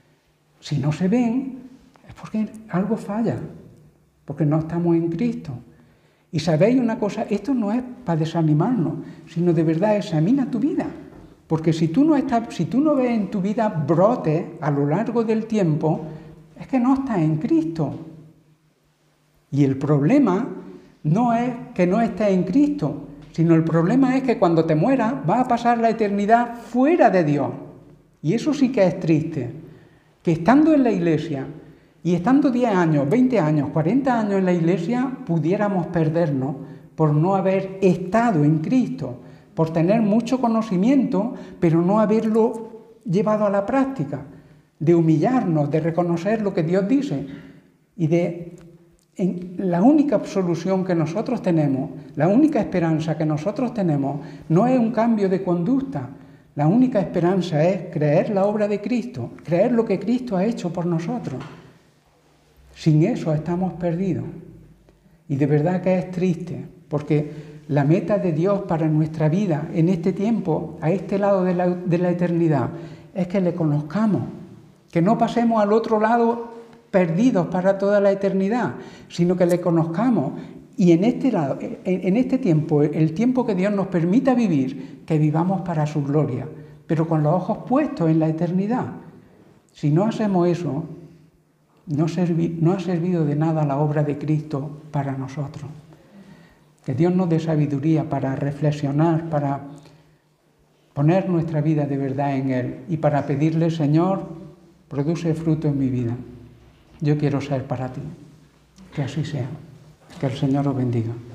Si no se ven, es porque algo falla, porque no estamos en Cristo. Y sabéis una cosa, esto no es para desanimarnos, sino de verdad examina tu vida. Porque si tú no estás, si tú no ves en tu vida brotes a lo largo del tiempo, es que no estás en Cristo. Y el problema no es que no estés en Cristo, sino el problema es que cuando te mueras vas a pasar la eternidad fuera de Dios. Y eso sí que es triste. Que estando en la iglesia y estando diez años, veinte años, cuarenta años en la iglesia, pudiéramos perdernos por no haber estado en Cristo, por tener mucho conocimiento, pero no haberlo llevado a la práctica, de humillarnos, de reconocer lo que Dios dice y de... En la única solución que nosotros tenemos, la única esperanza que nosotros tenemos, no es un cambio de conducta. La única esperanza es creer la obra de Cristo, creer lo que Cristo ha hecho por nosotros. Sin eso estamos perdidos. Y de verdad que es triste, porque la meta de Dios para nuestra vida en este tiempo, a este lado de la, de la eternidad, es que le conozcamos, que no pasemos al otro lado perdidos para toda la eternidad, sino que le conozcamos y en este lado, en este tiempo, el tiempo que Dios nos permita vivir, que vivamos para su gloria, pero con los ojos puestos en la eternidad. Si no hacemos eso, no, servi, no ha servido de nada la obra de Cristo para nosotros. Que Dios nos dé sabiduría para reflexionar, para poner nuestra vida de verdad en Él y para pedirle, Señor, produce fruto en mi vida. Yo quiero ser para ti. Que así sea. Que el Señor os bendiga.